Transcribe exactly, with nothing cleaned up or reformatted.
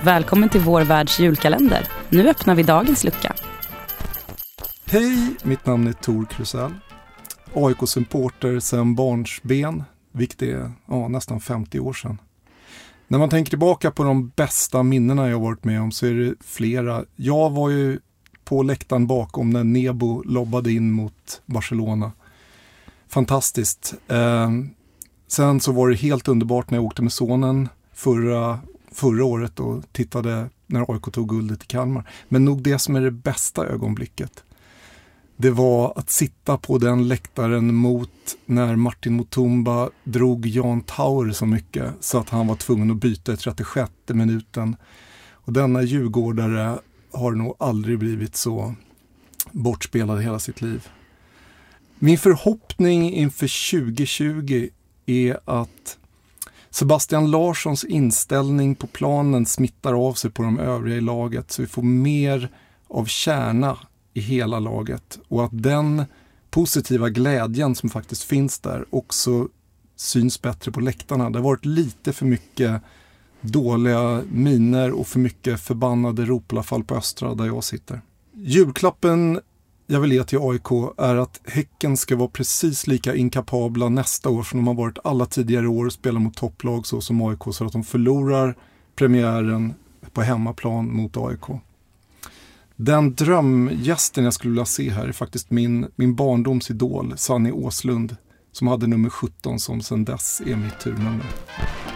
Välkommen till vår världs julkalender. Nu öppnar vi dagens lucka. Hej, mitt namn är Tor Krusell. A I K-supporter sedan barnsben, vilket är ja, nästan femtio år sedan. När man tänker tillbaka på de bästa minnena jag varit med om så är det flera. Jag var ju på läktaren bakom när Nebo lobbade in mot Barcelona. Fantastiskt. Eh, sen så var det helt underbart när jag åkte med sonen förra, förra året och tittade när A I K tog guldet i Kalmar. Men nog det som är det bästa ögonblicket. Det var att sitta på den läktaren mot när Martin Mutumba drog Jan Tauer så mycket så att han var tvungen att byta i trettiosjätte minuten. Och denna djurgårdare har nog aldrig blivit så bortspelad hela sitt liv. Min förhoppning inför tjugo tjugo är att Sebastian Larssons inställning på planen smittar av sig på de övriga i laget så vi får mer av kärna i hela laget och att den positiva glädjen som faktiskt finns där också syns bättre på läktarna. Det har varit lite för mycket dåliga miner och för mycket förbannade ropalafall på Östra där jag sitter. Julklappen jag vill ge till A I K är att Häcken ska vara precis lika inkapabla nästa år som de har varit alla tidigare år och spela mot topplag så som A I K så att de förlorar premiären på hemmaplan mot A I K. Den drömgästen jag skulle vilja se här är faktiskt min, min barndomsidol, Sanny Åslund, som hade nummer sjutton som sedan dess är mitt turnummer.